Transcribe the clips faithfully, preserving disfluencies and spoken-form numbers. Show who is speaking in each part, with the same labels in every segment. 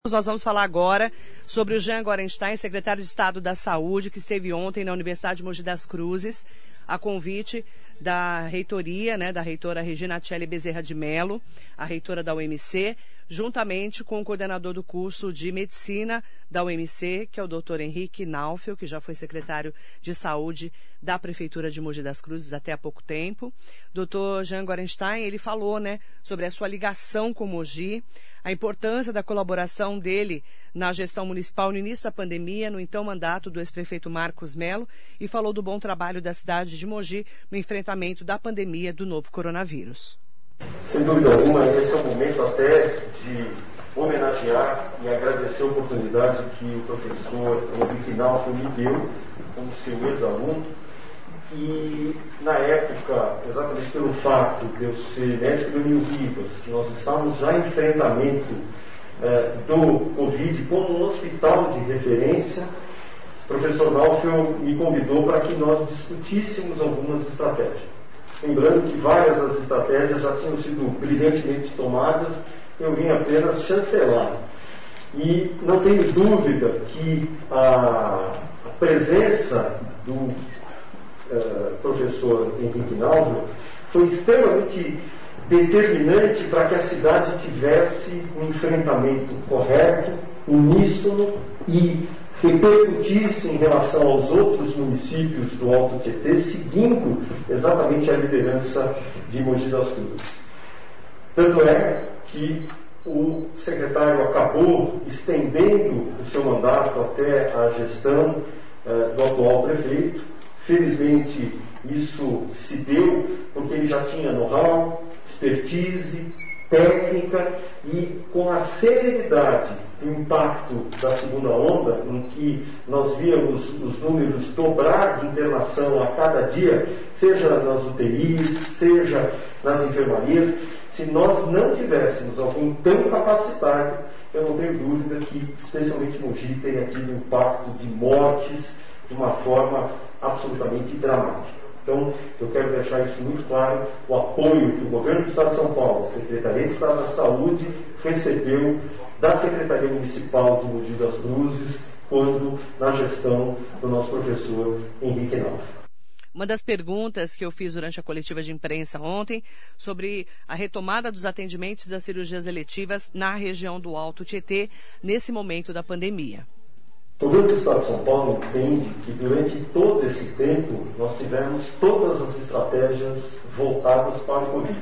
Speaker 1: Nós vamos falar agora sobre o Jean Gorenstein, secretário de Estado da Saúde, que esteve ontem na Universidade de Mogi das Cruzes, a convite da reitoria, né, da reitora Regina Tchelle Bezerra de Mello, a reitora da U M C, juntamente com o coordenador do curso de Medicina da U M C, que é o doutor Henrique Naufel, que já foi secretário de Saúde da Prefeitura de Mogi das Cruzes até há pouco tempo. doutor Jean Gorenstein, ele falou, né, sobre a sua ligação com Mogi, a importância da colaboração dele na gestão municipal no início da pandemia, no então mandato do ex-prefeito Marcos Mello, e falou do bom trabalho da cidade de Mogi no enfrentamento da pandemia do novo coronavírus.
Speaker 2: Sem dúvida alguma, esse é o momento até de homenagear e agradecer a oportunidade que o professor Henrique Naufel me deu como seu ex-aluno. E, na época, exatamente pelo fato de eu ser médico do Nil Rivas, que nós estávamos já em enfrentamento eh, do Covid como um hospital de referência, o professor Naufel me convidou para que nós discutíssemos algumas estratégias. Lembrando que várias das estratégias já tinham sido brilhantemente tomadas, eu vim apenas chancelar. E não tenho dúvida que a, a presença do Uh, professor Henrique Naufel foi extremamente determinante para que a cidade tivesse um enfrentamento correto, uníssono e repercutisse em relação aos outros municípios do Alto Tietê, seguindo exatamente a liderança de Mogi das Cruzes. Tanto é que o secretário acabou estendendo o seu mandato até a gestão uh, do atual prefeito. Felizmente, isso se deu porque ele já tinha know-how, expertise, técnica e com a celeridade do impacto da segunda onda, em que nós víamos os números dobrar de internação a cada dia, seja nas U T Is, seja nas enfermarias, se nós não tivéssemos alguém tão capacitado, eu não tenho dúvida que, especialmente Mogi, teria tido impacto de mortes de uma forma absolutamente dramática. Então, eu quero deixar isso muito claro, o apoio que o governo do Estado de São Paulo, a Secretaria de Estado da Saúde, recebeu da Secretaria Municipal de Mogi das Cruzes, quando na gestão do nosso professor Henrique Naufel.
Speaker 1: Uma das perguntas que eu fiz durante a coletiva de imprensa ontem sobre a retomada dos atendimentos das cirurgias eletivas na região do Alto Tietê, nesse momento da pandemia.
Speaker 2: O governo do Estado de São Paulo entende que durante todo esse tempo nós tivemos todas as estratégias voltadas para o Covid.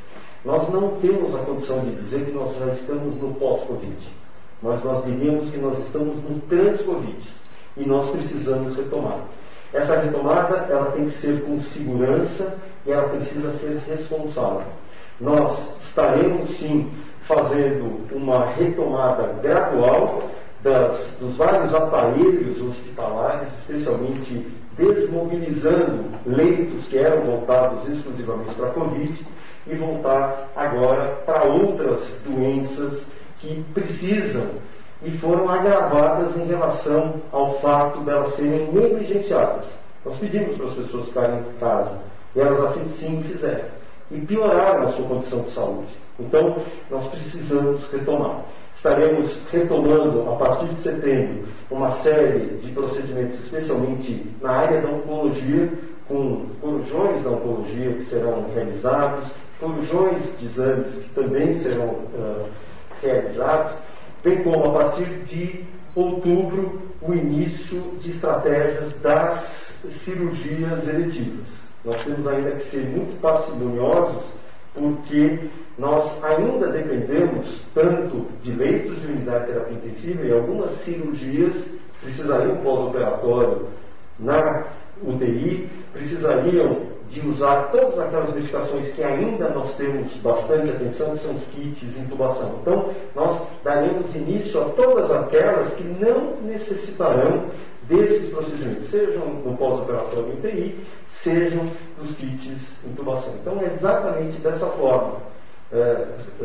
Speaker 2: Nós não temos a condição de dizer que nós já estamos no pós-Covid, mas nós diríamos que nós estamos no trans-Covid e nós precisamos retomar. Essa retomada ela tem que ser com segurança e ela precisa ser responsável. Nós estaremos sim fazendo uma retomada gradual Das, dos vários aparelhos hospitalares, especialmente desmobilizando leitos que eram voltados exclusivamente para a Covid e voltar agora para outras doenças que precisam e foram agravadas em relação ao fato de elas serem negligenciadas. Nós pedimos para as pessoas ficarem em casa e elas a fim de sim fizeram e pioraram a sua condição de saúde. Então, nós precisamos retomar. Estaremos retomando, a partir de setembro, uma série de procedimentos, especialmente na área da oncologia, com corujões da oncologia que serão realizados, corujões de exames que também serão uh, realizados, bem como, a partir de outubro, o início de estratégias das cirurgias eletivas. Nós temos ainda que ser muito parcimoniosos, porque nós ainda dependemos tanto de leitos de unidade de terapia intensiva e algumas cirurgias precisariam pós-operatório na U T I, precisariam de usar todas aquelas medicações que ainda nós temos bastante atenção, que são os kits de intubação. Então, nós daremos início a todas aquelas que não necessitarão desses procedimentos, sejam no pós-operatório U T I, sejam dos kits de intubação. Então, é exatamente dessa forma, é, é,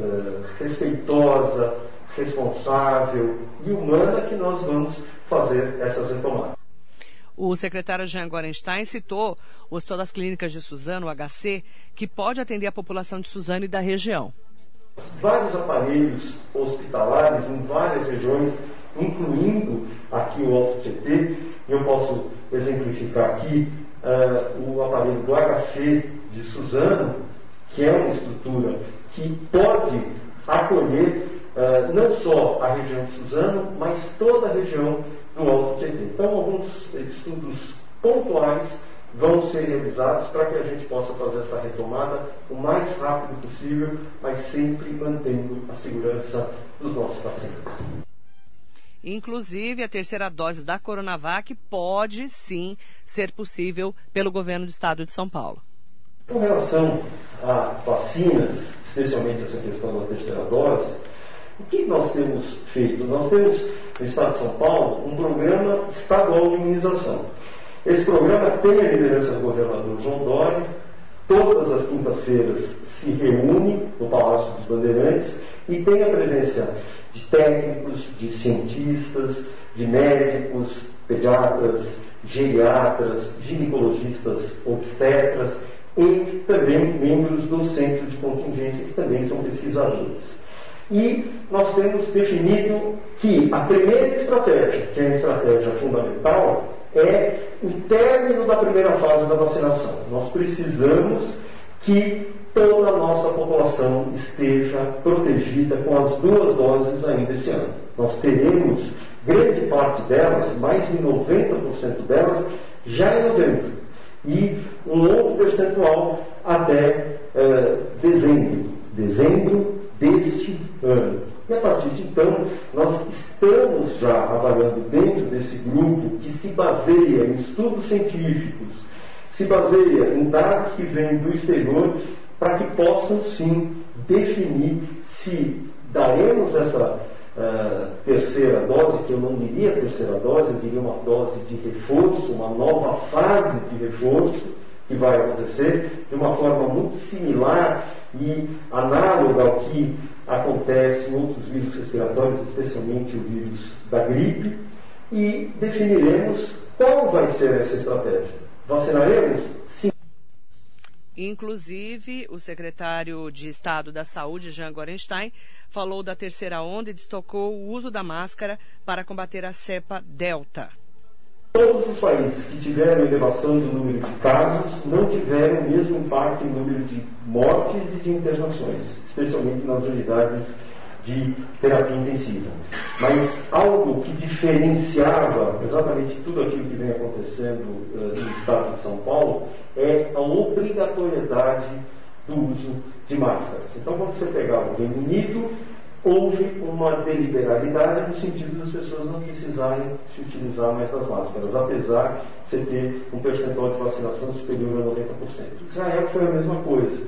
Speaker 2: respeitosa, responsável e humana que nós vamos fazer essas retomadas.
Speaker 1: O secretário Jean Gorenstein citou o Hospital das Clínicas de Suzano, o H C, que pode atender a população de Suzano e da região.
Speaker 2: vários aparelhos hospitalares em várias regiões, incluindo aqui o Alto Tietê. Eu posso exemplificar aqui uh, o aparelho do H C de Suzano, que é uma estrutura que pode acolher uh, não só a região de Suzano, mas toda a região do Alto Tietê. Então, alguns estudos pontuais vão ser realizados para que a gente possa fazer essa retomada o mais rápido possível, mas sempre mantendo a segurança dos nossos pacientes.
Speaker 1: Inclusive, a terceira dose da Coronavac pode, sim, ser possível pelo governo do estado de São Paulo.
Speaker 2: Com relação a vacinas, especialmente essa questão da terceira dose, o que nós temos feito? Nós temos, no estado de São Paulo, um programa estadual de imunização. Esse programa tem a liderança do governador João Dória. Todas as quintas-feiras se reúne no Palácio dos Bandeirantes e tem a presença de técnicos, de cientistas, de médicos, pediatras, geriatras, ginecologistas, obstetras e também membros do centro de contingência, que também são pesquisadores. E nós temos definido que a primeira estratégia, que é a estratégia fundamental, é o término da primeira fase da vacinação. Nós precisamos que toda a nossa população esteja protegida com as duas doses ainda esse ano. Nós teremos grande parte delas, mais de noventa por cento delas, já em novembro. E um outro percentual até eh, dezembro. Dezembro deste ano. E a partir de então, nós estamos já avaliando dentro desse grupo que se baseia em estudos científicos, se baseia em dados que vêm do exterior, para que possam sim definir se daremos essa uh, terceira dose, que eu não diria terceira dose, eu diria uma dose de reforço, uma nova fase de reforço que vai acontecer de uma forma muito similar e análoga ao que acontece em outros vírus respiratórios, especialmente o vírus da gripe, e definiremos qual vai ser essa estratégia. Vacinaremos? Sim.
Speaker 1: Inclusive, o secretário de Estado da Saúde, Jean Gorenstein, falou da terceira onda e destacou o uso da máscara para combater a cepa Delta.
Speaker 2: Todos os países que tiveram elevação do número de casos não tiveram o mesmo impacto em número de mortes e de internações, especialmente nas unidades de terapia intensiva. Mas algo que diferenciava exatamente tudo aquilo que vem acontecendo uh, no estado de São Paulo é a obrigatoriedade do uso de máscaras. Então, quando você pegava o Reino Unido, houve uma deliberalidade no sentido das pessoas não precisarem se utilizar mais das máscaras, apesar de você ter um percentual de vacinação superior a noventa por cento. Israel foi a mesma coisa,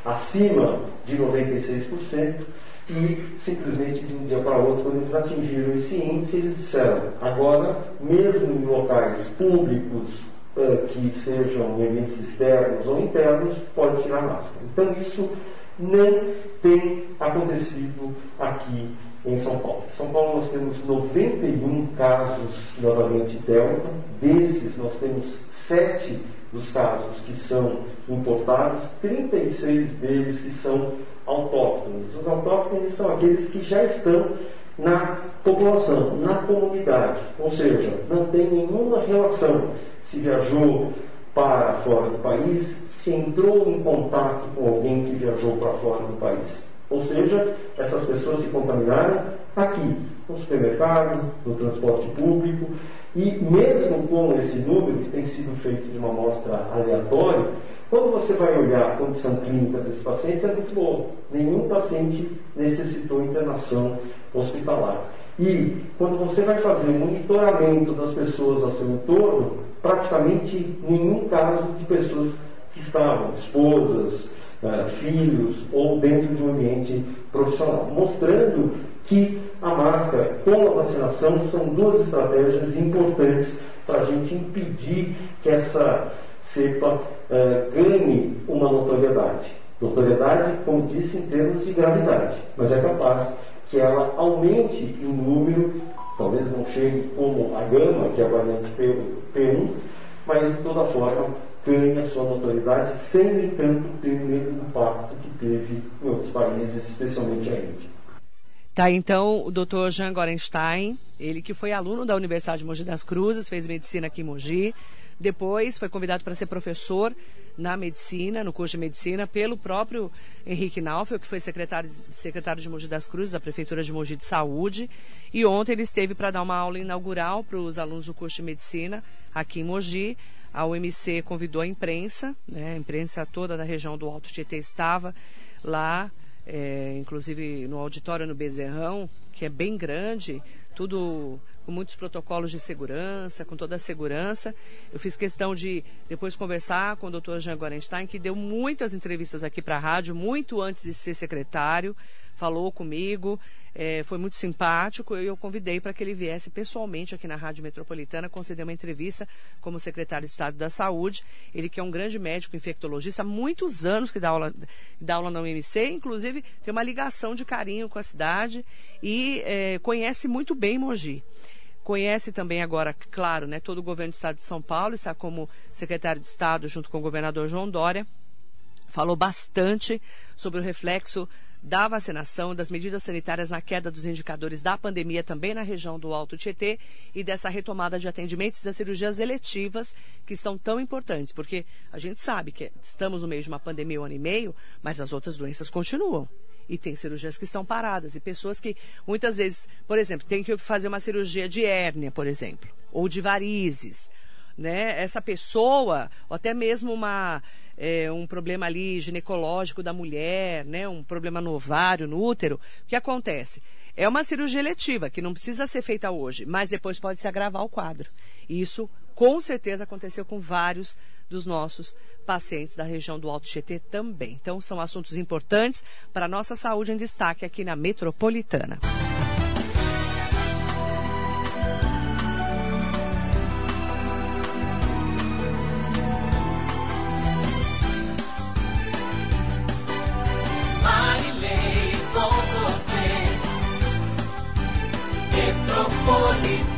Speaker 2: acima de noventa e seis por cento, e simplesmente de um dia para outro, quando eles atingiram esse índice, eles disseram, agora, mesmo em locais públicos, uh, que sejam em ambientes externos ou internos, pode tirar máscara. Então isso não tem acontecido aqui em São Paulo. Em São Paulo nós temos noventa e um casos da variante Delta. Desses nós temos sete dos casos que são importados, trinta e seis deles que são autóctones. Os autóctones são aqueles que já estão na população, na comunidade. Ou seja, não tem nenhuma relação se viajou para fora do país, se entrou em contato com alguém que viajou para fora do país. Ou seja, essas pessoas se contaminaram aqui, no supermercado, no transporte público, e mesmo com esse número, que tem sido feito de uma amostra aleatória, quando você vai olhar a condição clínica desses pacientes, é muito boa. Nenhum paciente necessitou internação hospitalar. E quando você vai fazer o monitoramento das pessoas ao seu entorno, praticamente nenhum caso de pessoas que estavam, esposas, uh, filhos, ou dentro de um ambiente profissional, mostrando que a máscara com a vacinação são duas estratégias importantes para a gente impedir que essa cepa uh, ganhe uma notoriedade. Notoriedade, como disse, em termos de gravidade, mas é capaz que ela aumente em número, talvez não chegue como a gama, que é a variante P um, mas de toda forma ganhe a sua notoriedade sem, no entanto, ter o mesmo impacto que teve em outros países, especialmente a Índia.
Speaker 1: Tá, então, o doutor Jean Gorenstein, ele que foi aluno da Universidade de Mogi das Cruzes, fez medicina aqui em Mogi, depois foi convidado para ser professor na medicina, no curso de medicina, pelo próprio Henrique Naufel, que foi secretário de, secretário de Mogi das Cruzes, da Prefeitura de Mogi de Saúde, e ontem ele esteve para dar uma aula inaugural para os alunos do curso de medicina aqui em Mogi. A U M C convidou a imprensa, né, a imprensa toda da região do Alto Tietê estava lá, É, inclusive no auditório no Bezerrão, que é bem grande, tudo com muitos protocolos de segurança, com toda a segurança. Eu fiz questão de depois conversar com o doutor Jean Gorenstein, que deu muitas entrevistas aqui para a rádio, muito antes de ser secretário, falou comigo, é, foi muito simpático, e eu convidei para que ele viesse pessoalmente aqui na Rádio Metropolitana conceder uma entrevista como secretário de Estado da Saúde. Ele que é um grande médico infectologista, há muitos anos que dá aula, dá aula na U M C, inclusive tem uma ligação de carinho com a cidade e é, conhece muito bem Mogi. Conhece também agora, claro, né, todo o governo do Estado de São Paulo, está como secretário de Estado junto com o governador João Dória. Falou bastante sobre o reflexo da vacinação, das medidas sanitárias na queda dos indicadores da pandemia também na região do Alto Tietê e dessa retomada de atendimentos das cirurgias eletivas que são tão importantes, porque a gente sabe que estamos no meio de uma pandemia um ano e meio, mas as outras doenças continuam. E tem cirurgias que estão paradas e pessoas que muitas vezes, por exemplo, tem que fazer uma cirurgia de hérnia, por exemplo, ou de varizes, né? Essa pessoa, ou até mesmo uma, é, um problema ali ginecológico da mulher, né? Um problema no ovário, no útero, o que acontece? É uma cirurgia eletiva que não precisa ser feita hoje, mas depois pode se agravar o quadro. E isso com certeza aconteceu com vários dos nossos pacientes da região do Alto Tietê também. Então são assuntos importantes para a nossa saúde em destaque aqui na Metropolitana.
Speaker 3: Metropolitana.